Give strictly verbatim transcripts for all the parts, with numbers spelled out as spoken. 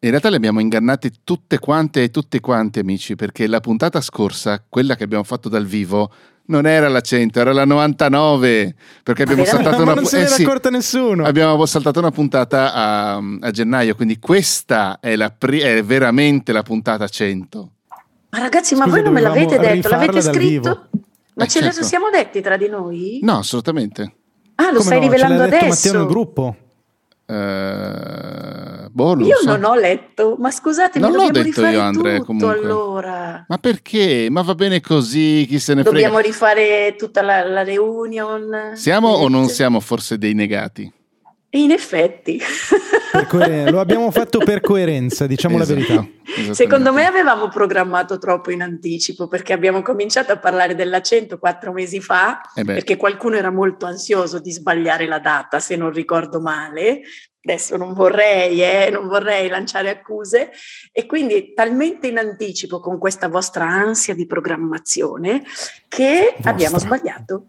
In realtà le abbiamo ingannate tutte quante e tutti quanti, amici, perché la puntata scorsa, quella che abbiamo fatto dal vivo, non era la cento, era la novantanove, perché abbiamo saltato una ma non se ne era eh, sì, accorta nessuno. Abbiamo saltato una puntata a, a gennaio, quindi questa è, la pri- è veramente la puntata cento. Ma ragazzi, ma Scusa, voi non me l'avete dovevamo detto, l'avete rifarla dal scritto? vivo. Ma Eh, ce certo. lo siamo detti tra di noi? No, assolutamente. Ah, lo Come stai no? rivelando Ce l'ha detto adesso? Matteo nel gruppo. Eh, boh, non Io so. non ho letto, ma scusatemi, Non l'ho dobbiamo detto rifare io, Andrea, tutto comunque. allora. Ma perché? Ma va bene così, chi se ne frega. Dobbiamo rifare tutta la, la reunion. Siamo o non Direte? siamo forse dei negati? E in effetti. Per coeren- lo abbiamo fatto per coerenza, diciamo Esatto. la verità. Esattamente. Secondo me avevamo programmato troppo in anticipo, perché abbiamo cominciato a parlare della cento quattro mesi fa, Eh beh. perché qualcuno era molto ansioso di sbagliare la data, se non ricordo male. Adesso non vorrei, eh, non vorrei lanciare accuse, e quindi talmente in anticipo con questa vostra ansia di programmazione che Vostra. abbiamo sbagliato.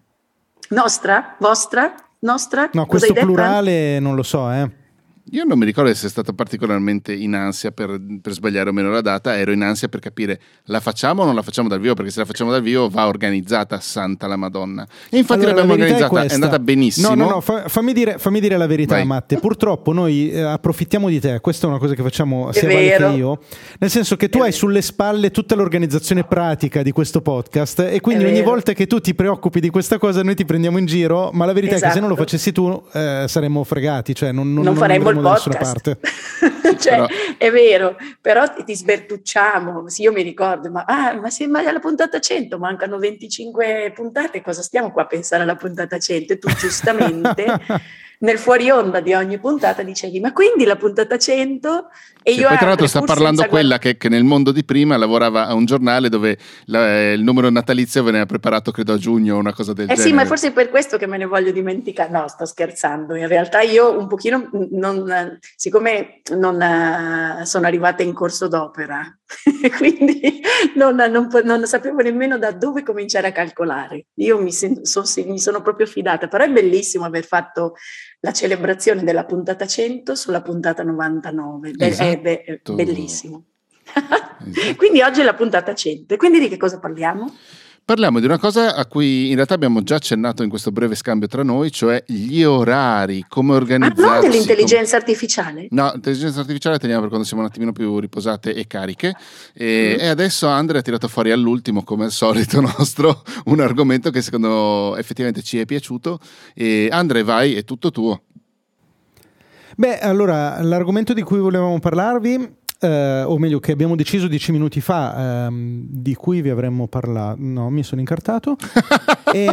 Nostra? Vostra? Nostra? No, Cosa questo hai detto? plurale non lo so, eh. Io non mi ricordo di essere stato particolarmente in ansia per, per sbagliare o meno la data, ero in ansia per capire la facciamo o non la facciamo dal vivo, perché se la facciamo dal vivo va organizzata, santa la Madonna. E infatti Allora, l'abbiamo la verità organizzata, è, questa. andata benissimo. No, no, no, fa- fammi, dire, fammi dire la verità, Vai. Matte. Purtroppo noi eh, approfittiamo di te, questa è una cosa che facciamo sia Vale vero. che io, nel senso che tu È hai vero. sulle spalle tutta l'organizzazione pratica di questo podcast e quindi È ogni vero. volta che tu ti preoccupi di questa cosa noi ti prendiamo in giro, ma la verità è che se non lo Esatto. facessi tu eh, saremmo fregati, cioè non, non, non faremmo il andremmo da nessuna podcast. parte. Cioè, Però- è vero, però ti, ti sbertucciamo. Sì, io mi ricordo, ma, ah, ma se mai alla puntata cento mancano venticinque puntate, cosa stiamo qua a pensare alla puntata cento? E tu giustamente nel fuori onda di ogni puntata dicevi, ma quindi la puntata cento? E Sì, io poi tra l'altro Andre, sta pur parlando senza quella guardare- che, che nel mondo di prima lavorava a un giornale dove la- eh, il numero natalizio veniva preparato credo a giugno o una cosa del Eh genere. sì, ma forse è per questo che me ne voglio dimenticare. No, sto scherzando. In realtà io un pochino, non, siccome non eh, sono arrivata in corso d'opera, quindi non, non, non sapevo nemmeno da dove cominciare a calcolare. Io mi, sen- so- mi sono proprio fidata, però è bellissimo aver fatto la celebrazione della puntata cento sulla puntata novantanove. Be- Esatto. È be- è bellissimo. Esatto. Quindi oggi è la puntata cento. E quindi di che cosa parliamo? Parliamo di una cosa a cui in realtà abbiamo già accennato in questo breve scambio tra noi, cioè gli orari, come Ah, organizzarsi. non dell'intelligenza come- artificiale? No, l'intelligenza artificiale la teniamo per quando siamo un attimino più riposate e cariche. E, Mm. e adesso Andrea ha tirato fuori all'ultimo, come al solito nostro, un argomento che secondo effettivamente ci è piaciuto. E Andrea, vai, è tutto tuo. Beh, allora, l'argomento di cui volevamo parlarvi, eh, o meglio che abbiamo deciso dieci minuti fa, ehm, di cui vi avremmo parlato, no, mi sono incartato, e,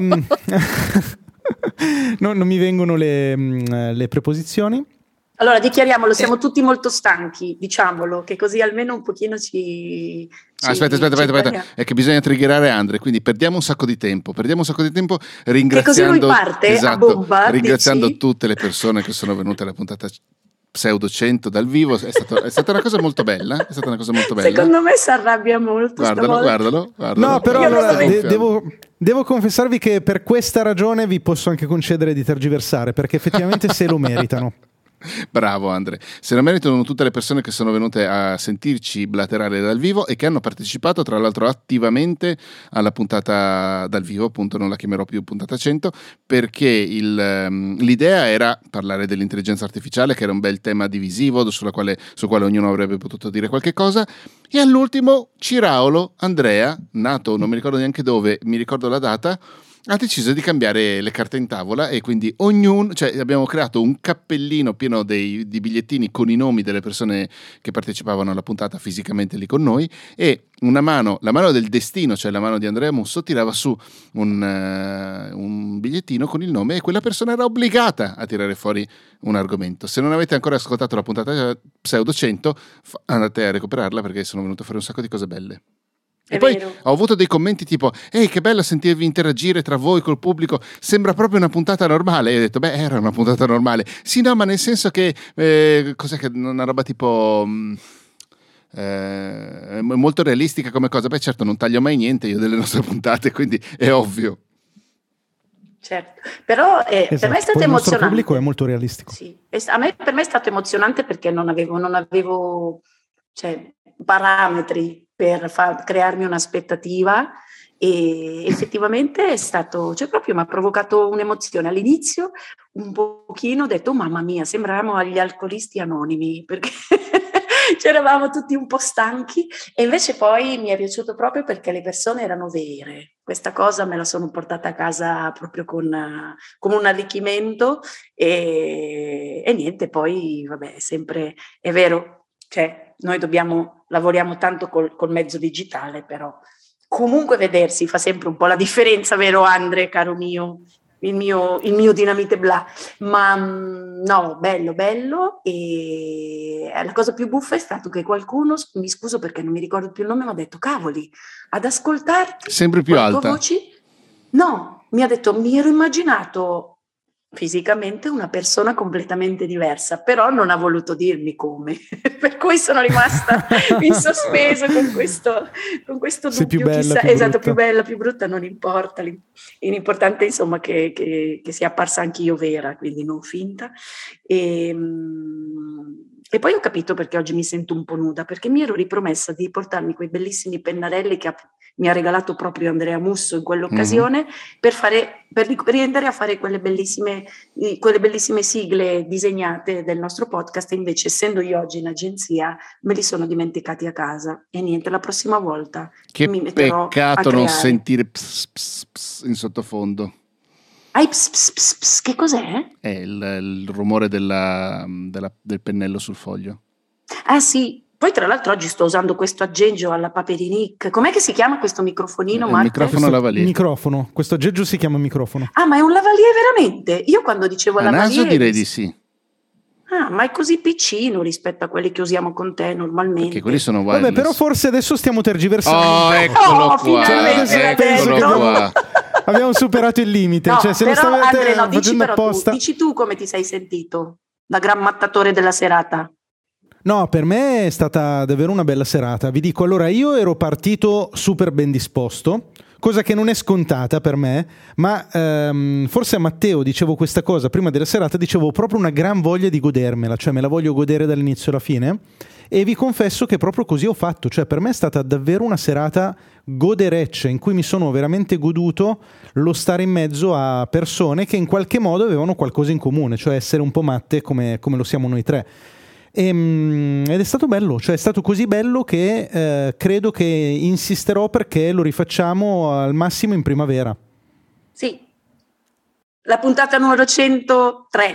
no, non mi vengono le, mh, le preposizioni. Allora, dichiariamolo, siamo tutti molto stanchi, diciamolo, che così almeno un pochino ci... ci Ah, aspetta, aspetta, ci aspetta, aspetta, guadagniamo. è che bisogna triggerare Andre, quindi perdiamo un sacco di tempo, perdiamo un sacco di tempo così ringraziando, lui parte a esatto, bomba, ringraziando dici? tutte le persone che sono venute alla puntata pseudo cento dal vivo, è, stato, è stata una cosa molto bella, è stata una cosa molto bella. Secondo me si arrabbia molto Guardalo, stavolta. guardalo, guardalo. No, però Io lo allora so. de- devo, devo confessarvi che per questa ragione vi posso anche concedere di tergiversare, perché effettivamente se lo meritano. Bravo Andre, se lo meritano tutte le persone che sono venute a sentirci blaterare dal vivo e che hanno partecipato tra l'altro attivamente alla puntata dal vivo, appunto non la chiamerò più puntata cento, perché il, um, l'idea era parlare dell'intelligenza artificiale, che era un bel tema divisivo sulla quale, sul quale ognuno avrebbe potuto dire qualche cosa, e all'ultimo Ciraolo, Andrea, nato non mi ricordo neanche dove, mi ricordo la data, ha deciso di cambiare le carte in tavola e quindi ognuno, cioè abbiamo creato un cappellino pieno dei, di bigliettini con i nomi delle persone che partecipavano alla puntata fisicamente lì con noi, e una mano, la mano del destino, cioè la mano di Andrea Musso, tirava su un, uh, un bigliettino con il nome e quella persona era obbligata a tirare fuori un argomento. Se non avete ancora ascoltato la puntata pseudo cento, andate a recuperarla perché sono venute fuori un sacco di cose belle. È E poi vero. ho avuto dei commenti tipo ehi che bello sentirvi interagire tra voi col pubblico, sembra proprio una puntata normale, e ho detto beh era una puntata normale, sì no ma nel senso che eh, cos'è che una roba tipo mh, eh, molto realistica come cosa, beh certo non taglio mai niente io delle nostre puntate quindi è ovvio. certo. Però eh, esatto. per me è stato Poi emozionante. Il nostro pubblico è molto realistico. Sì. A me, per me è stato emozionante perché non avevo, non avevo cioè, parametri per far, crearmi un'aspettativa, e effettivamente è stato, cioè proprio mi ha provocato un'emozione all'inizio, un pochino ho detto oh, mamma mia, sembravamo agli alcolisti anonimi, perché c'eravamo tutti un po' stanchi, e invece poi mi è piaciuto proprio perché le persone erano vere. Questa cosa me la sono portata a casa proprio con, con un arricchimento, e, e niente, poi vabbè, sempre è vero, cioè noi dobbiamo, lavoriamo tanto col, col mezzo digitale, però comunque vedersi fa sempre un po' la differenza, vero Andre, caro mio? Il mio, il mio dinamite bla, ma no, bello, bello, e la cosa più buffa è stato che qualcuno, mi scuso perché non mi ricordo più il nome, mi ha detto, cavoli, ad ascoltarti, sempre più alta, voci, no, mi ha detto, mi ero immaginato fisicamente una persona completamente diversa, però non ha voluto dirmi come, per cui sono rimasta in sospeso con questo, con questo dubbio. Sei più bella, chissà, più esatto, brutta. più bella, più brutta, non importa, l'importante insomma che, che, che sia apparsa anch'io vera, quindi non finta. E, e poi ho capito perché oggi mi sento un po' nuda, perché mi ero ripromessa di portarmi quei bellissimi pennarelli che ha, mi ha regalato proprio Andrea Musso in quell'occasione, mm-hmm. per, fare, per riprendere a fare quelle bellissime, quelle bellissime sigle disegnate del nostro podcast, e invece essendo io oggi in agenzia me li sono dimenticati a casa, e niente, la prossima volta che mi metterò peccato a non creare. sentire ps, ps, ps in sottofondo. Ah, ps, ps, ps, ps, che cos'è? È il, il rumore della, della, del pennello sul foglio. Ah sì, poi tra l'altro oggi sto usando questo aggeggio alla Paperinik. Com'è che si chiama questo microfonino, Il microfono lavalier. Microfono, questo aggeggio si chiama microfono. Ah, ma è un lavalier veramente? Io quando dicevo a lavalier... naso direi di sì. Ah, ma è così piccino rispetto a quelli che usiamo con te normalmente. Perché quelli sono wireless. Vabbè, però forse adesso stiamo tergiversando. Oh, eccolo oh, qua. Finalmente Eccolo qua. Abbiamo superato il limite. No, cioè, se però, lo stavate Andre, no, dici, però apposta... tu, dici tu come ti sei sentito da gran mattatore della serata. No, per me è stata davvero una bella serata. Vi dico, allora, io ero partito super ben disposto, cosa che non è scontata per me, ma ehm, forse a Matteo dicevo questa cosa prima della serata, dicevo proprio una gran voglia di godermela, cioè me la voglio godere dall'inizio alla fine, e vi confesso che proprio così ho fatto, cioè per me è stata davvero una serata godereccia in cui mi sono veramente goduto lo stare in mezzo a persone che in qualche modo avevano qualcosa in comune, cioè essere un po' matte come, come lo siamo noi tre. E, ed è stato bello, cioè è stato così bello che eh, credo che insisterò perché lo rifacciamo al massimo in primavera. Sì, la puntata numero centotré.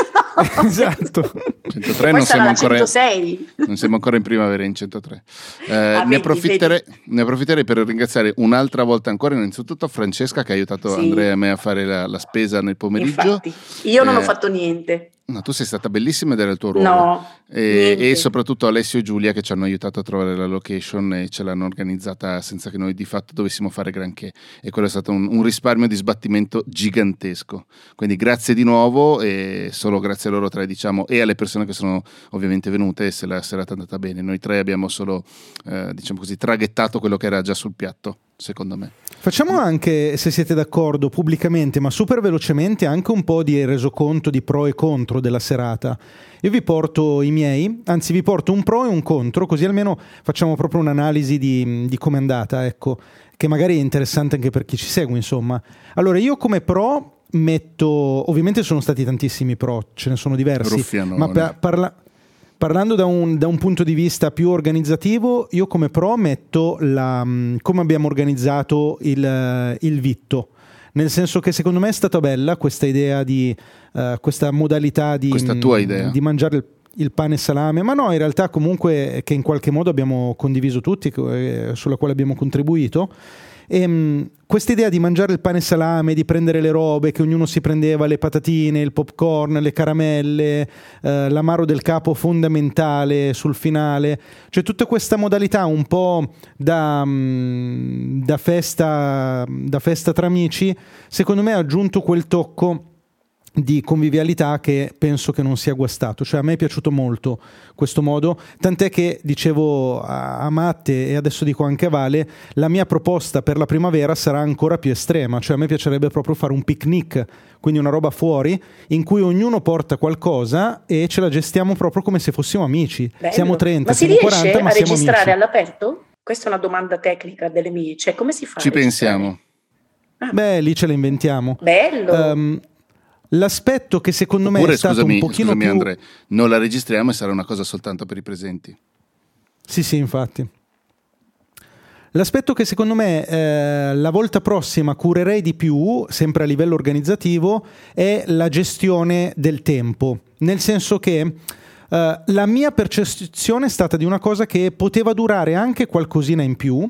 Esatto. centotré non siamo, ancora, centosei. non siamo ancora in primavera, in centotré. Eh, ah, ne, approfitterei, ne approfitterei per ringraziare un'altra volta ancora innanzitutto Francesca che ha aiutato sì. Andrea e me a fare la, la spesa nel pomeriggio. Infatti, io non eh, ho fatto niente. No, tu sei stata bellissima ed era il tuo ruolo. No, e, e soprattutto Alessio e Giulia che ci hanno aiutato a trovare la location e ce l'hanno organizzata senza che noi di fatto dovessimo fare granché, e quello è stato un, un risparmio di sbattimento gigantesco, quindi grazie di nuovo, e solo grazie a loro tre diciamo, e alle persone che sono ovviamente venute, se la serata è andata bene. Noi tre abbiamo solo eh, diciamo così traghettato quello che era già sul piatto, secondo me. Facciamo anche, se siete d'accordo, pubblicamente, ma super velocemente, anche un po' di resoconto di pro e contro della serata. Io vi porto i miei, anzi vi porto un pro e un contro, così almeno facciamo proprio un'analisi di, di come è andata, ecco, che magari è interessante anche per chi ci segue, insomma. Allora, io come pro metto, ovviamente sono stati tantissimi pro, ce ne sono diversi, Ruffianone. ma per, parla, parlando da un, da un punto di vista più organizzativo, io come pro metto la, come abbiamo organizzato il, il vitto, nel senso che secondo me è stata bella questa idea di uh, questa modalità di, questa tua idea. di mangiare il, il pane e salame, ma no, in realtà comunque che in qualche modo abbiamo condiviso tutti, eh, sulla quale abbiamo contribuito. E, mh, questa idea di mangiare il pane e salame, di prendere le robe, che ognuno si prendeva le patatine, il popcorn, le caramelle, eh, l'amaro del capo fondamentale sul finale, cioè tutta questa modalità un po' da, mh, da festa da festa tra amici, secondo me ha aggiunto quel tocco di convivialità che penso che non sia guastato. Cioè a me è piaciuto molto questo modo, tant'è che dicevo a, a Matte e adesso dico anche a Vale, la mia proposta per la primavera sarà ancora più estrema, cioè a me piacerebbe proprio fare un picnic, quindi una roba fuori in cui ognuno porta qualcosa e ce la gestiamo proprio come se fossimo amici. Bello. Siamo trenta, ma si siamo riesce quaranta, ma a siamo registrare amici. all'aperto? Questa è una domanda tecnica delle mie, cioè come si fa? Ci a registrare? pensiamo. Ah. Beh, lì ce la inventiamo. Bello. Um, L'aspetto che secondo Oppure, me è stato scusami, un pochino scusami più... Andre, non la registriamo e sarà una cosa soltanto per i presenti. Sì, sì, infatti. L'aspetto che secondo me eh, la volta prossima curerei di più, sempre a livello organizzativo, è la gestione del tempo. Nel senso che eh, la mia percezione è stata di una cosa che poteva durare anche qualcosina in più,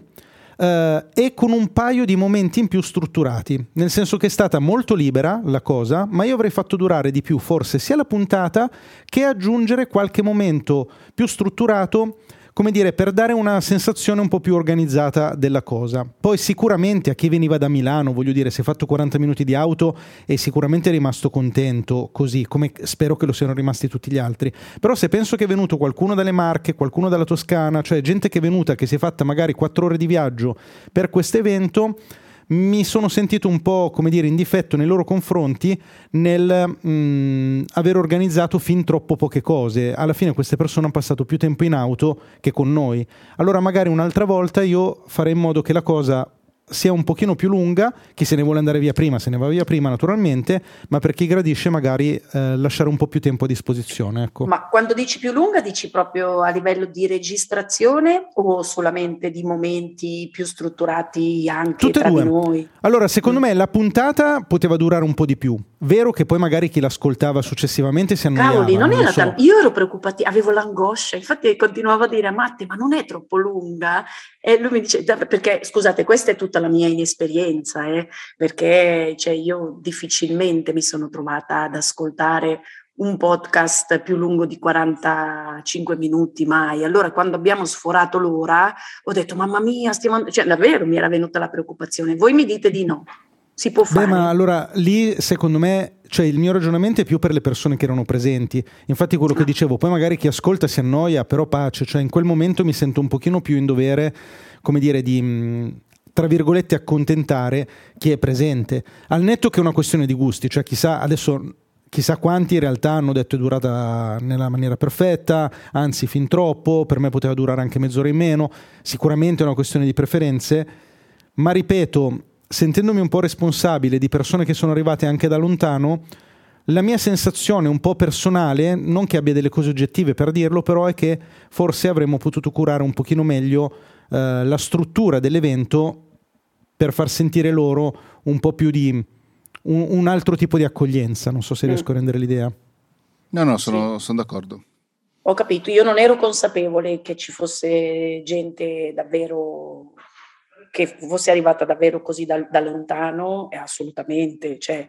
Uh, e con un paio di momenti in più strutturati, nel senso che è stata molto libera la cosa, ma io avrei fatto durare di più forse sia la puntata che aggiungere qualche momento più strutturato, come dire, per dare una sensazione un po' più organizzata della cosa. Poi sicuramente a chi veniva da Milano, voglio dire, si è fatto quaranta minuti di auto e sicuramente è rimasto contento, così come spero che lo siano rimasti tutti gli altri. Però se penso che è venuto qualcuno dalle Marche, qualcuno dalla Toscana, cioè gente che è venuta, che si è fatta magari quattro ore di viaggio per questo evento, mi sono sentito un po', come dire, in difetto nei loro confronti nel mh, aver organizzato fin troppo poche cose. Alla fine queste persone hanno passato più tempo in auto che con noi. Allora magari un'altra volta io farei in modo che la cosa sia un pochino più lunga, chi se ne vuole andare via prima se ne va via prima naturalmente, ma per chi gradisce magari eh, lasciare un po' più tempo a disposizione, ecco. Ma quando dici più lunga dici proprio a livello di registrazione o solamente di momenti più strutturati anche Tutte e tra due. di noi? Allora secondo Mm. me la puntata poteva durare un po' di più, vero che poi magari chi l'ascoltava successivamente si annoiava. Cavoli, non lo era so. tanto. Io ero preoccupata, avevo l'angoscia, infatti continuavo a dire a Matte, ma non è troppo lunga? E lui mi dice, perché scusate, questa è tutta la mia inesperienza, eh, perché cioè, io difficilmente mi sono trovata ad ascoltare un podcast più lungo di quarantacinque minuti, mai. Allora quando abbiamo sforato l'ora ho detto, mamma mia, stiamo and-" cioè davvero mi era venuta la preoccupazione. Voi mi dite di no, si può fare? Beh, ma allora lì secondo me, cioè il mio ragionamento è più per le persone che erano presenti. Infatti quello che dicevo, poi magari chi ascolta si annoia, però pace, cioè in quel momento mi sento un pochino più in dovere, come dire, di mh, tra virgolette accontentare chi è presente. Al netto che è una questione di gusti, cioè chissà adesso chissà quanti in realtà hanno detto è durata nella maniera perfetta, anzi fin troppo, per me poteva durare anche mezz'ora in meno, sicuramente è una questione di preferenze, ma ripeto, sentendomi un po' responsabile di persone che sono arrivate anche da lontano, la mia sensazione un po' personale, non che abbia delle cose oggettive per dirlo, però è che forse avremmo potuto curare un pochino meglio eh, la struttura dell'evento per far sentire loro un po' più di un, un altro tipo di accoglienza. Non so se riesco a rendere l'idea. No, no, sono, Sì. sono d'accordo. Ho capito, io non ero consapevole che ci fosse gente davvero che fosse arrivata davvero così da, da lontano, e assolutamente, cioè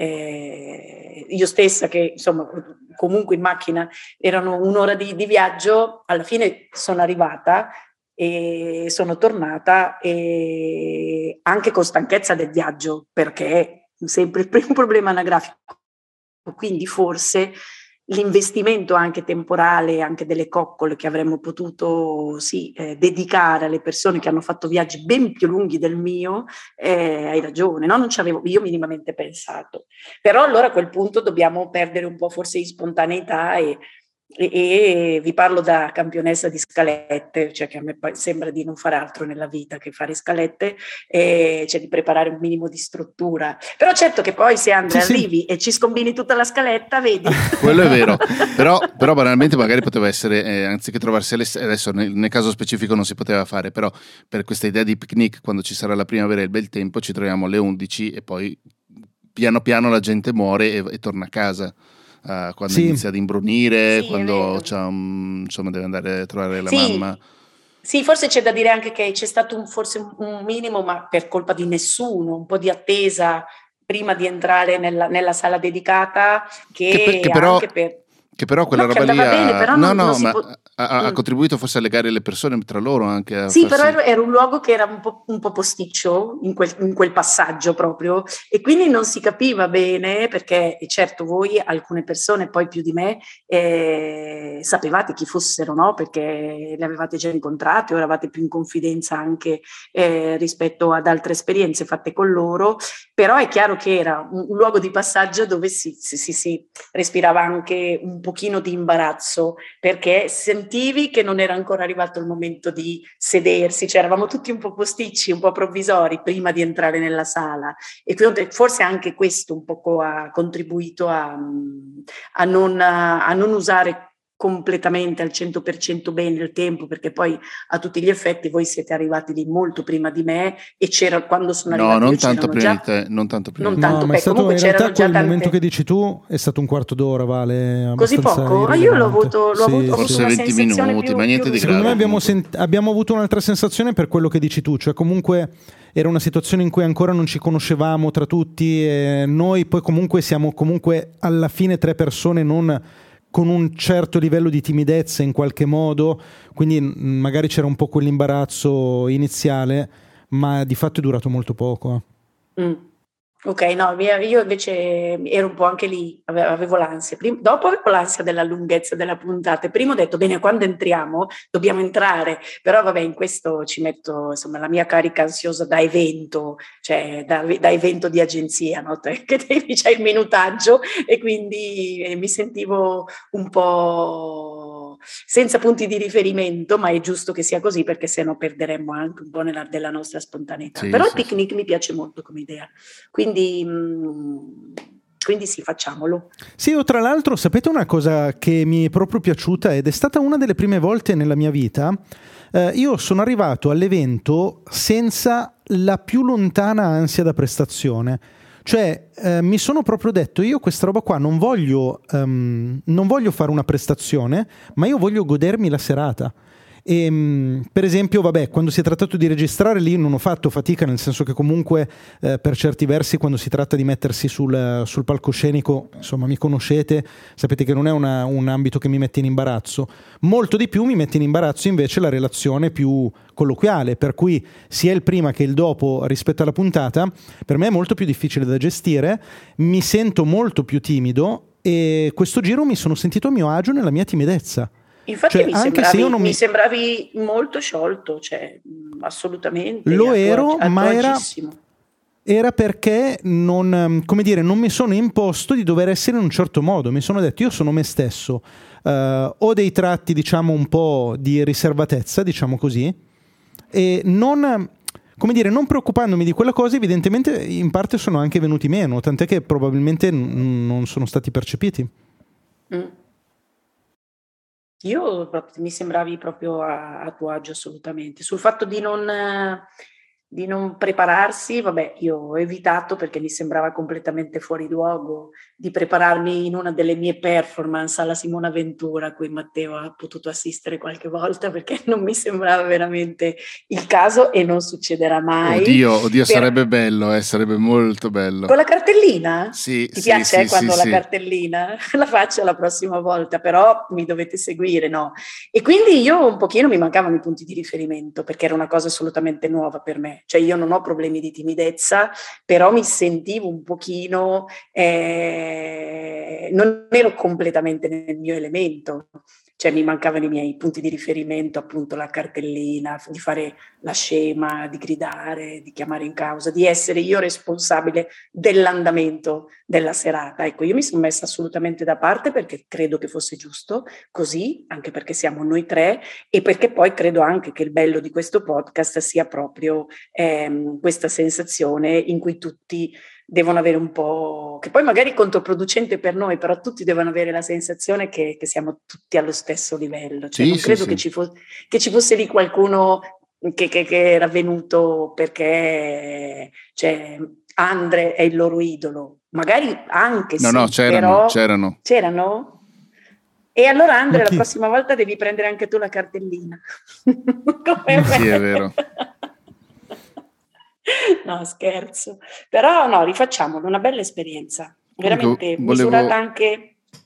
eh, io stessa che insomma comunque in macchina erano un'ora di, di viaggio, alla fine sono arrivata e sono tornata e anche con stanchezza del viaggio, perché è sempre un problema anagrafico, quindi forse l'investimento anche temporale, anche delle coccole che avremmo potuto sì, eh, dedicare alle persone che hanno fatto viaggi ben più lunghi del mio, eh, hai ragione, no? Non ci avevo io minimamente pensato. Però allora a quel punto dobbiamo perdere un po' forse di spontaneità e, e, e vi parlo da campionessa di scalette, cioè che a me poi sembra di non fare altro nella vita che fare scalette, e cioè di preparare un minimo di struttura. Però certo che poi se Andrea Sì, sì. arrivi e ci scombini tutta la scaletta, vedi? Quello è vero, però, però banalmente magari poteva essere, eh, anziché trovarsi alle, adesso nel, nel caso specifico non si poteva fare, però per questa idea di picnic, quando ci sarà la primavera e il bel tempo, ci troviamo alle undici e poi piano piano la gente muore e, e torna a casa. Uh, quando Sì. inizia ad imbrunire, Sì, è quando vero. c'ha un, insomma deve andare a trovare la Sì. mamma. Sì, forse c'è da dire anche che c'è stato un, forse un, un minimo, ma per colpa di nessuno, un po' di attesa prima di entrare nella, nella sala dedicata, che, Che, per- che però, anche per... che Che però quella no, roba lì ha... bene, però no, non, no, non si ma può... ha, ha mm. contribuito forse a legare le persone tra loro anche. A Sì, farsi... però era un luogo che era un po', un po' posticcio in quel, in quel passaggio proprio, e quindi non si capiva bene, perché certo voi, alcune persone, poi più di me, eh, sapevate chi fossero, no? Perché le avevate già incontrate o eravate più in confidenza anche eh, rispetto ad altre esperienze fatte con loro, però è chiaro che era un, un luogo di passaggio dove si, si, si, si respirava anche un pochino di imbarazzo, perché sentivi che non era ancora arrivato il momento di sedersi, cioè eravamo tutti un po' posticci, un po' provvisori prima di entrare nella sala, e quindi forse anche questo un poco ha contribuito a, a, non, a non usare completamente al cento per cento bene il tempo, perché poi a tutti gli effetti voi siete arrivati lì molto prima di me, e c'era, quando sono No, arrivati non io tanto c'erano prima già di te, non tanto prima non di te. No, tanto, ma è beh, stato comunque in realtà c'erano già quel tante... momento che dici tu è stato un quarto d'ora, Vale, Così abbastanza poco? Ah, io l'ho irrilevante. avuto, l'ho Sì, avuto, ho Forse avuto una venti sensazione minuti, più, ma niente più di Secondo me grave. abbiamo, sent- abbiamo avuto un'altra sensazione per quello che dici tu, cioè comunque era una situazione in cui ancora non ci conoscevamo tra tutti, e noi poi comunque siamo comunque alla fine tre persone non con un certo livello di timidezza in qualche modo, quindi magari c'era un po' quell'imbarazzo iniziale, ma di fatto è durato molto poco. Mm. Ok, no, io invece ero un po' anche lì, avevo l'ansia. Prima, dopo avevo l'ansia della lunghezza della puntata. Prima ho detto, bene, quando entriamo dobbiamo entrare, però vabbè, in questo ci metto insomma la mia carica ansiosa da evento, cioè da, da evento di agenzia, no? Che devi, c'è il minutaggio, e quindi eh, mi sentivo un po' senza punti di riferimento, ma è giusto che sia così, perché sennò perderemmo anche un po' nella, della nostra spontaneità. Sì, Però sì, il picnic sì. Mi piace molto come idea. Quindi, quindi sì, facciamolo. Sì, io tra l'altro sapete una cosa che mi è proprio piaciuta ed è stata una delle prime volte nella mia vita, eh, io sono arrivato all'evento senza la più lontana ansia da prestazione. Cioè eh, mi sono proprio detto, io questa roba qua non voglio, um, non voglio fare una prestazione, ma io voglio godermi la serata. E, per esempio, vabbè, quando si è trattato di registrare lì non ho fatto fatica, nel senso che comunque eh, per certi versi quando si tratta di mettersi sul, sul palcoscenico, insomma, mi conoscete, sapete che non è una, un ambito che mi mette in imbarazzo. Molto di più mi mette in imbarazzo invece la relazione più colloquiale, per cui sia il prima che il dopo rispetto alla puntata per me è molto più difficile da gestire, mi sento molto più timido e questo giro mi sono sentito a mio agio nella mia timidezza. Infatti cioè, mi, anche sembravi, se io non mi... mi sembravi molto sciolto, cioè assolutamente. lo ero, tuo, ma era, era perché non, come dire, non mi sono imposto di dover essere in un certo modo. Mi sono detto, io sono me stesso, uh, ho dei tratti diciamo un po' di riservatezza, diciamo così, e non, come dire, non preoccupandomi di quella cosa, evidentemente in parte sono anche venuti meno, tant'è che probabilmente n- non sono stati percepiti. Mm. Io mi sembravi proprio a, a tuo agio assolutamente. Sul fatto di non, di non prepararsi, vabbè, io ho evitato perché mi sembrava completamente fuori luogo di prepararmi in una delle mie performance alla Simona Ventura, a cui Matteo ha potuto assistere qualche volta, perché non mi sembrava veramente il caso e non succederà mai. Oddio, oddio per... sarebbe bello, eh, sarebbe molto bello. Con la cartellina? Sì, Ti sì, piace sì, eh, quando sì, la sì. cartellina? La faccio la prossima volta, però mi dovete seguire, no? E quindi io un pochino mi mancavano i punti di riferimento, perché era una cosa assolutamente nuova per me. Cioè io non ho problemi di timidezza, però mi sentivo un pochino, eh, non ero completamente nel mio elemento. Cioè mi mancavano i miei punti di riferimento, appunto la cartellina, di fare la scema, di gridare, di chiamare in causa, di essere io responsabile dell'andamento della serata. Ecco, io mi sono messa assolutamente da parte perché credo che fosse giusto così, anche perché siamo noi tre e perché poi credo anche che il bello di questo podcast sia proprio ehm, questa sensazione in cui tutti devono avere un po', che poi magari è controproducente per noi, però tutti devono avere la sensazione che, che siamo tutti allo stesso livello. Cioè, sì, non credo sì, che, sì. Ci fo- che ci fosse lì qualcuno che, che, che era venuto perché cioè, Andre è il loro idolo. Magari anche no, sì, no, c'erano, però... c'erano. C'erano? E allora Andre, la chi? prossima volta devi prendere anche tu la cartellina. Come Sì, è vero. No, scherzo. Però no, rifacciamolo, una bella esperienza, veramente volevo... misurata anche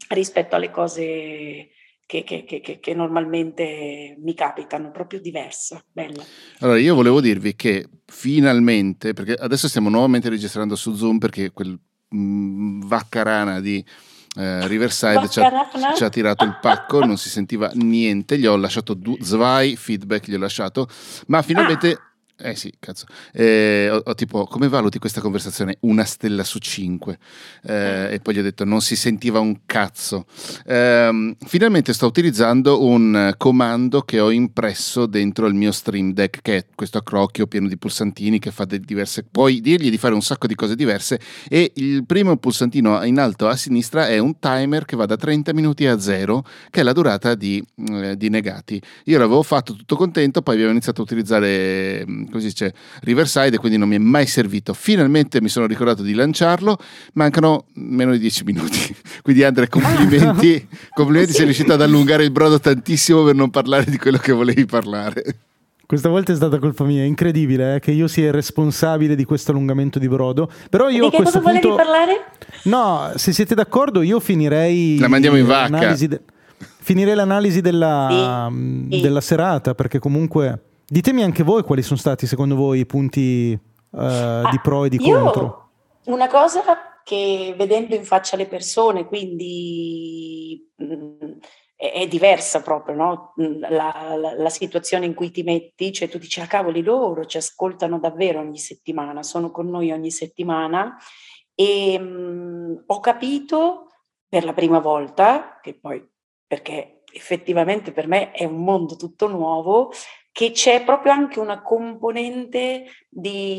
rispetto alle cose che, che, che, che normalmente mi capitano, proprio diversa, bella. Allora io volevo dirvi che finalmente, perché adesso stiamo nuovamente registrando su Zoom perché quel mh, vaccarana di eh, Riverside ci ha, ci ha tirato il pacco, non si sentiva niente, gli ho lasciato due zwei feedback, gli ho lasciato, ma finalmente... Ah. Eh sì, cazzo. Eh, ho, ho tipo, come valuti questa conversazione? Una stella su cinque. Eh, e poi gli ho detto, non si sentiva un cazzo. Eh, finalmente sto utilizzando un comando che ho impresso dentro il mio Stream Deck, che è questo accrocchio pieno di pulsantini che fa diverse. Puoi dirgli di fare un sacco di cose diverse. E il primo pulsantino in alto a sinistra è un timer che va da trenta minuti a zero, che è la durata di, eh, di negati. Io l'avevo fatto tutto contento, poi abbiamo iniziato a utilizzare... così c'è Riverside e quindi non mi è mai servito. Finalmente mi sono ricordato di lanciarlo, mancano meno di dieci minuti, quindi Andre complimenti complimenti sì. Sei riuscito ad allungare il brodo tantissimo per non parlare di quello che volevi parlare. Questa volta è stata colpa mia, è incredibile eh, che io sia il responsabile di questo allungamento di brodo. Però io di che a questo cosa punto volevi parlare? No, se siete d'accordo io finirei la mandiamo in vacca de... finirei l'analisi della, sì. della serata, perché comunque ditemi anche voi quali sono stati secondo voi i punti uh, ah, di pro e di io, contro. Una cosa che vedendo in faccia le persone, quindi mh, è, è diversa proprio, no? La, la, la situazione in cui ti metti, cioè tu dici, ah cavoli, loro ci ascoltano davvero ogni settimana, sono con noi ogni settimana e mh, ho capito per la prima volta, che poi perché effettivamente per me è un mondo tutto nuovo, che c'è proprio anche una componente di,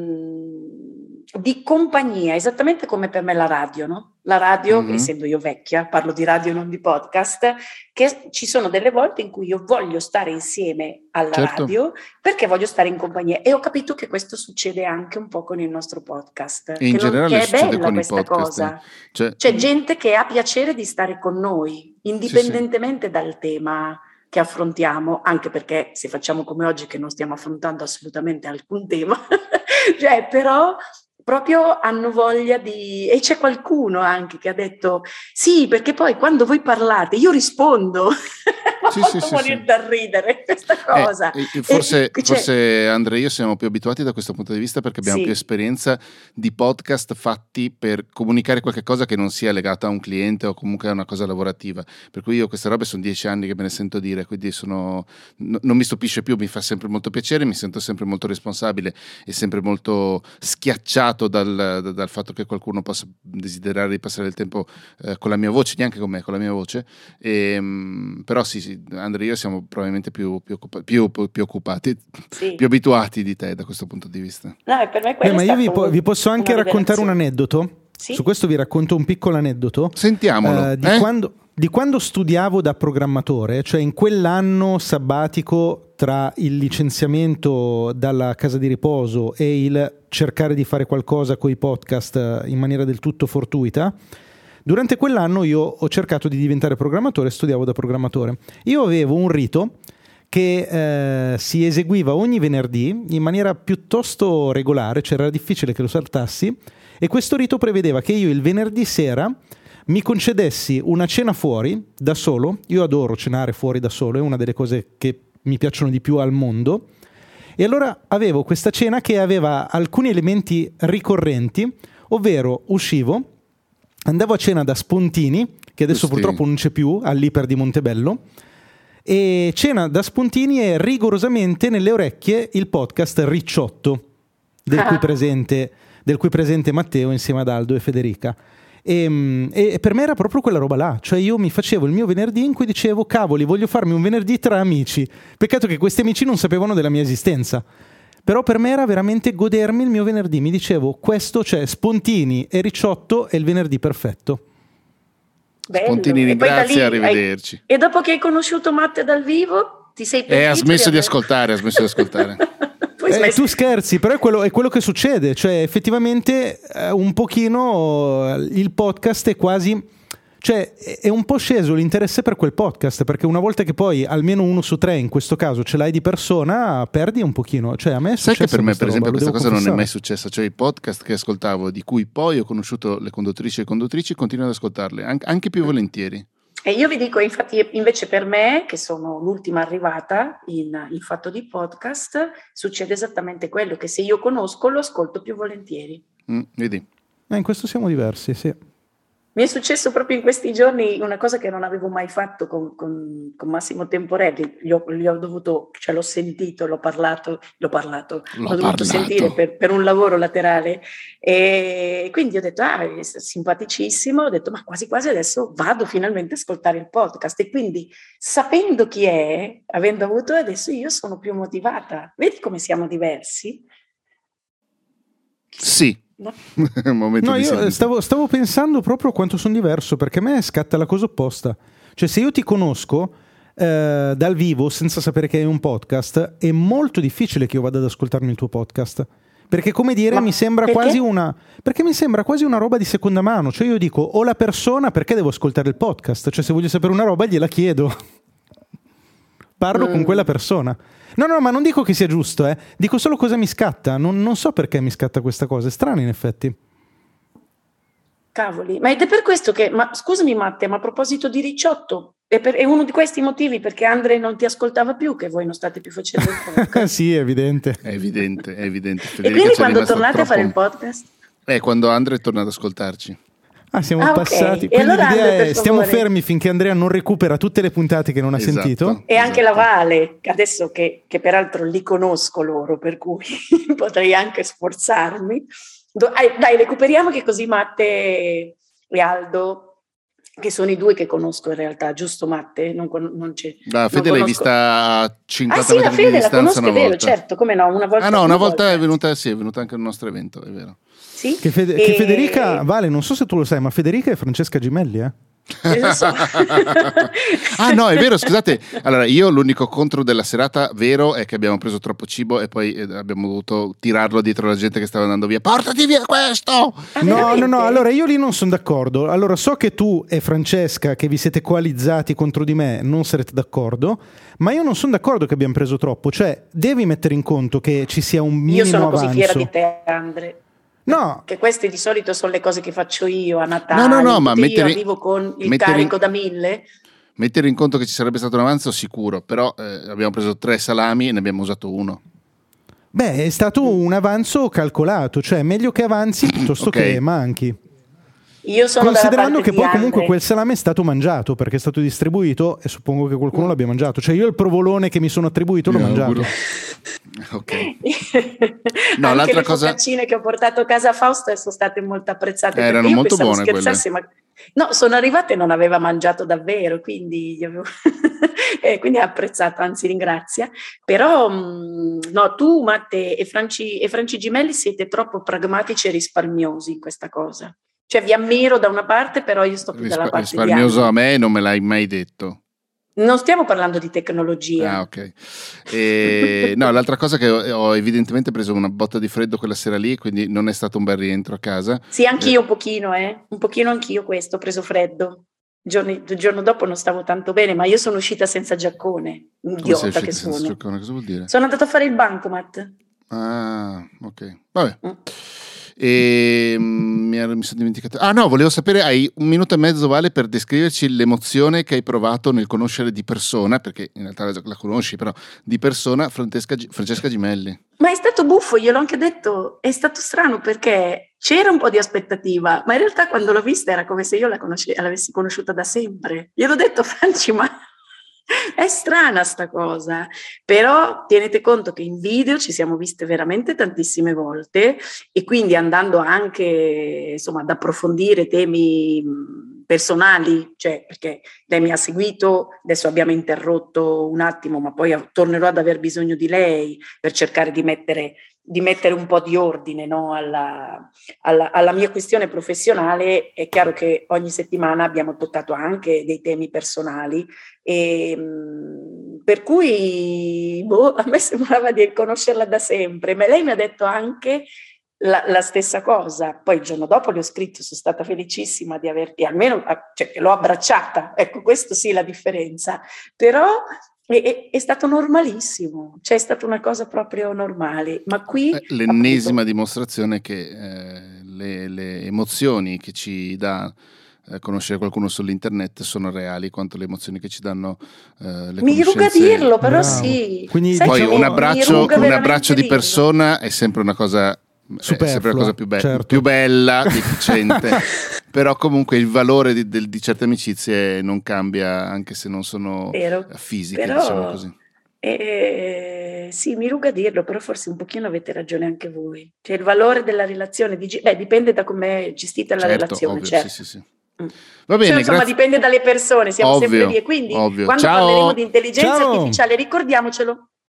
di compagnia, esattamente come per me la radio, no? La radio, mm-hmm. essendo io vecchia, parlo di radio non di podcast, che ci sono delle volte in cui io voglio stare insieme alla certo. radio perché voglio stare in compagnia, e ho capito che questo succede anche un po' con il nostro podcast, e in che, generale non, che è bella con questa i podcast, cosa. Eh. Cioè... C'è gente che ha piacere di stare con noi, indipendentemente sì, sì. dal tema che affrontiamo, anche perché se facciamo come oggi che non stiamo affrontando assolutamente alcun tema, cioè però proprio hanno voglia di... E c'è qualcuno anche che ha detto sì, perché poi quando voi parlate io rispondo. Sì, ho fatto sì, morire sì, da ridere questa cosa. Eh, eh, forse, e, cioè... forse Andrea e io siamo più abituati da questo punto di vista perché abbiamo sì. più esperienza di podcast fatti per comunicare qualche cosa che non sia legata a un cliente o comunque a una cosa lavorativa. Per cui io queste robe sono dieci anni che me ne sento dire, quindi sono, no, non mi stupisce più, mi fa sempre molto piacere, mi sento sempre molto responsabile e sempre molto schiacciato dal, dal fatto che qualcuno possa desiderare di passare il tempo eh, con la mia voce, neanche con me, con la mia voce. E, mh, però sì, sì, Andrea e io siamo probabilmente più, più, occupa- più, più occupati, sì. più abituati di te da questo punto di vista. No, per me Beh, ma io vi, po- vi posso anche raccontare un aneddoto. Sì? Su questo vi racconto un piccolo aneddoto. Sentiamolo. Uh, di, eh? quando, di quando studiavo da programmatore, cioè in quell'anno sabbatico tra il licenziamento dalla casa di riposo e il cercare di fare qualcosa con i podcast in maniera del tutto fortuita. Durante quell'anno io ho cercato di diventare programmatore e studiavo da programmatore. Io avevo un rito che eh, si eseguiva ogni venerdì in maniera piuttosto regolare, cioè era difficile che lo saltassi, e questo rito prevedeva che io il venerdì sera mi concedessi una cena fuori da solo. Io adoro cenare fuori da solo, è una delle cose che mi piacciono di più al mondo, e allora avevo questa cena che aveva alcuni elementi ricorrenti, ovvero uscivo, andavo a cena da Spontini, che adesso Spontini. purtroppo non c'è più, all'Iper di Montebello, e cena da Spontini e rigorosamente nelle orecchie il podcast Ricciotto, del ah. cui presente, del cui presente Matteo insieme ad Aldo e Federica. E, e per me era proprio quella roba là, cioè io mi facevo il mio venerdì in cui dicevo cavoli, voglio farmi un venerdì tra amici, peccato che questi amici non sapevano della mia esistenza, però per me era veramente godermi il mio venerdì, mi dicevo questo, cioè Spontini e Ricciotto è il venerdì perfetto. Bello. Spontini, grazie, arrivederci. Hai... E dopo che hai conosciuto Matte dal vivo ti sei pentito? E ha smesso di, di ascoltare, ha smesso di ascoltare. Eh, tu scherzi, però è quello, è quello che succede, cioè effettivamente eh, un pochino il podcast è quasi, Cioè è un po' sceso l'interesse per quel podcast, perché una volta che poi almeno uno su tre in questo caso ce l'hai di persona, perdi un pochino. Cioè a me è Sai che per me per esempio roba, questa cosa confessare. non è mai successa, cioè i podcast che ascoltavo, di cui poi ho conosciuto le conduttrici e conduttrici, continuo ad ascoltarle anche, anche più volentieri. E io vi dico, infatti, invece per me, che sono l'ultima arrivata in, in fatto di podcast, succede esattamente quello, che se io conosco lo ascolto più volentieri. Mm, vedi? Eh, in questo siamo diversi, sì. Mi è successo proprio in questi giorni una cosa che non avevo mai fatto con, con, con Massimo Temporelli. Gli ho, gli ho dovuto, cioè l'ho sentito, l'ho parlato, l'ho parlato, L'ho l'ho dovuto parlato. sentire per, per un lavoro laterale. E quindi ho detto, ah, è simpaticissimo. Ho detto, ma quasi quasi adesso vado finalmente a ascoltare il podcast. E quindi, sapendo chi è, avendo avuto, adesso io sono più motivata. Vedi come siamo diversi? Sì. No? No, io stavo, stavo pensando proprio quanto sono diverso, perché a me scatta la cosa opposta. Cioè se io ti conosco eh, dal vivo senza sapere che hai un podcast, è molto difficile che io vada ad ascoltarmi il tuo podcast, perché come dire Ma mi sembra perché? quasi una perché mi sembra quasi una roba di seconda mano. Cioè io dico, ho la persona, perché devo ascoltare il podcast? Cioè se voglio sapere una roba gliela chiedo. Parlo mm. con quella persona. No, no, ma non dico che sia giusto, eh. Dico solo cosa mi scatta. Non, non so perché mi scatta questa cosa. È strano, in effetti. Cavoli, ma ed è per questo che, ma scusami Matte, ma a proposito di Ricciotto, è, per, è uno di questi motivi perché Andre non ti ascoltava più che voi non state più facendo il podcast? Sì, è evidente. È evidente, è evidente. Federica, e quindi quando tornate troppo... a fare il podcast? Eh, quando Andre torna ad ascoltarci. Ah, siamo ah, passati. Okay. Quindi allora, l'idea Andre, è stiamo fermi finché Andrea non recupera tutte le puntate che non ha esatto, sentito. E esatto. anche la Vale, adesso che, che peraltro li conosco loro, per cui potrei anche sforzarmi. Dai, recuperiamo che così Matte e Aldo, che sono i due che conosco in realtà, giusto Matte? Non, non c'è, la Fede non l'hai vista a cinquanta ah, sì, metri la Fede di distanza, la conosco, è vero, volta. certo, come no, una volta. Ah no, una volta, volta è venuta, sì, è venuta anche al nostro evento, è vero. Sì? Che, Fede- e... che Federica, Vale, non so se tu lo sai, ma Federica è Francesca Gimelli, eh? So. Ah no, è vero, scusate. Allora, io l'unico contro della serata vero è che abbiamo preso troppo cibo e poi eh, abbiamo dovuto tirarlo dietro la gente che stava andando via. Portati via questo! Ah, no, veramente? no, no, allora io lì non sono d'accordo. Allora so che tu e Francesca, che vi siete coalizzati contro di me, non sarete d'accordo, ma io non sono d'accordo che abbiamo preso troppo. Cioè, devi mettere in conto che ci sia un minimo io sono avanzo. così fiera di te, Andre. No. Che queste di solito sono le cose che faccio io a Natale. No, no, no, ma io mettere, arrivo con il mettere carico in, da mille. Mettere in conto che ci sarebbe stato un avanzo sicuro, però eh, abbiamo preso tre salami e ne abbiamo usato uno. Beh, è stato un avanzo calcolato, cioè meglio che avanzi piuttosto okay. che manchi. Io sono considerando che poi Andre. comunque quel salame è stato mangiato perché è stato distribuito e suppongo che qualcuno mm. l'abbia mangiato, cioè io il provolone che mi sono attribuito l'ho yeah, mangiato. Ok. No, anche l'altra le cosa... focaccine che ho portato a casa Fausto sono state molto apprezzate. Eh, erano io molto buone quelle. Ma... No, sono arrivate e non aveva mangiato davvero, quindi io avevo... eh, quindi ha apprezzato, anzi ringrazia. Però mh, no, tu Matte e Franci, e Franci Gimelli siete troppo pragmatici e risparmiosi in questa cosa. Cioè vi ammiro da una parte, però io sto più Rispa- dalla parte di risparmioso a me non me l'hai mai detto. Non stiamo parlando di tecnologia. Ah, ok. E, no, l'altra cosa che ho, ho evidentemente preso una botta di freddo quella sera lì, quindi non è stato un bel rientro a casa. Sì, anch'io eh. un pochino, eh. Un pochino anch'io questo, ho preso freddo. Il giorno, il giorno dopo non stavo tanto bene, ma io sono uscita senza giaccone. Idiota che sono. Senza giaccone? Cosa vuol dire? Sono andata a fare il bancomat. Ah, ok. Vabbè. Mm. E mi, ero, mi sono dimenticato. Ah no, volevo sapere, hai un minuto e mezzo Vale per descriverci l'emozione che hai provato nel conoscere di persona, perché in realtà la, la conosci, però di persona Francesca, Francesca Gimelli. Ma è stato buffo, gliel'ho anche detto, è stato strano perché c'era un po' di aspettativa, ma in realtà quando l'ho vista era come se io la conosce, l'avessi conosciuta da sempre. Gliel'ho detto, Franci, ma è strana sta cosa, però tenete conto che in video ci siamo viste veramente tantissime volte e quindi andando anche insomma ad approfondire temi personali, cioè perché lei mi ha seguito, adesso abbiamo interrotto un attimo, ma poi tornerò ad aver bisogno di lei per cercare di mettere di mettere un po' di ordine, no, alla, alla, alla mia questione professionale. È chiaro che ogni settimana abbiamo toccato anche dei temi personali e mh, per cui boh, a me sembrava di conoscerla da sempre, ma lei mi ha detto anche la, la stessa cosa. Poi il giorno dopo le ho scritto, sono stata felicissima di averti, almeno cioè, l'ho abbracciata, ecco, questo sì la differenza, però è, è, è stato normalissimo, cioè è stata una cosa proprio normale, ma qui... Eh, l'ennesima appunto, dimostrazione che eh, le, le emozioni che ci dà eh, conoscere qualcuno sull'internet sono reali quanto le emozioni che ci danno eh, le mi ruga conoscenze. dirlo, però Bravo. sì. Quindi, Sai Poi che diciamo, un mi- abbraccio, mi ruga un veramente abbraccio di dirlo. persona è sempre una cosa è sempre una Superflua, cosa più, be- certo. più bella, più efficiente. Però comunque il valore di, del- di certe amicizie non cambia anche se non sono Vero, fisiche, però diciamo così. eh, sì, mi ruga dirlo, però forse un pochino avete ragione anche voi. Cioè il valore della relazione, di, beh, dipende da come è gestita la Certo, relazione, ovvio, certo. sì, sì, sì. Mm. Va bene, Cioè, insomma, grazie. dipende dalle persone, siamo Ovvio, sempre lì. E quindi ovvio. quando Ciao. parleremo di intelligenza Ciao. artificiale, ricordiamocelo.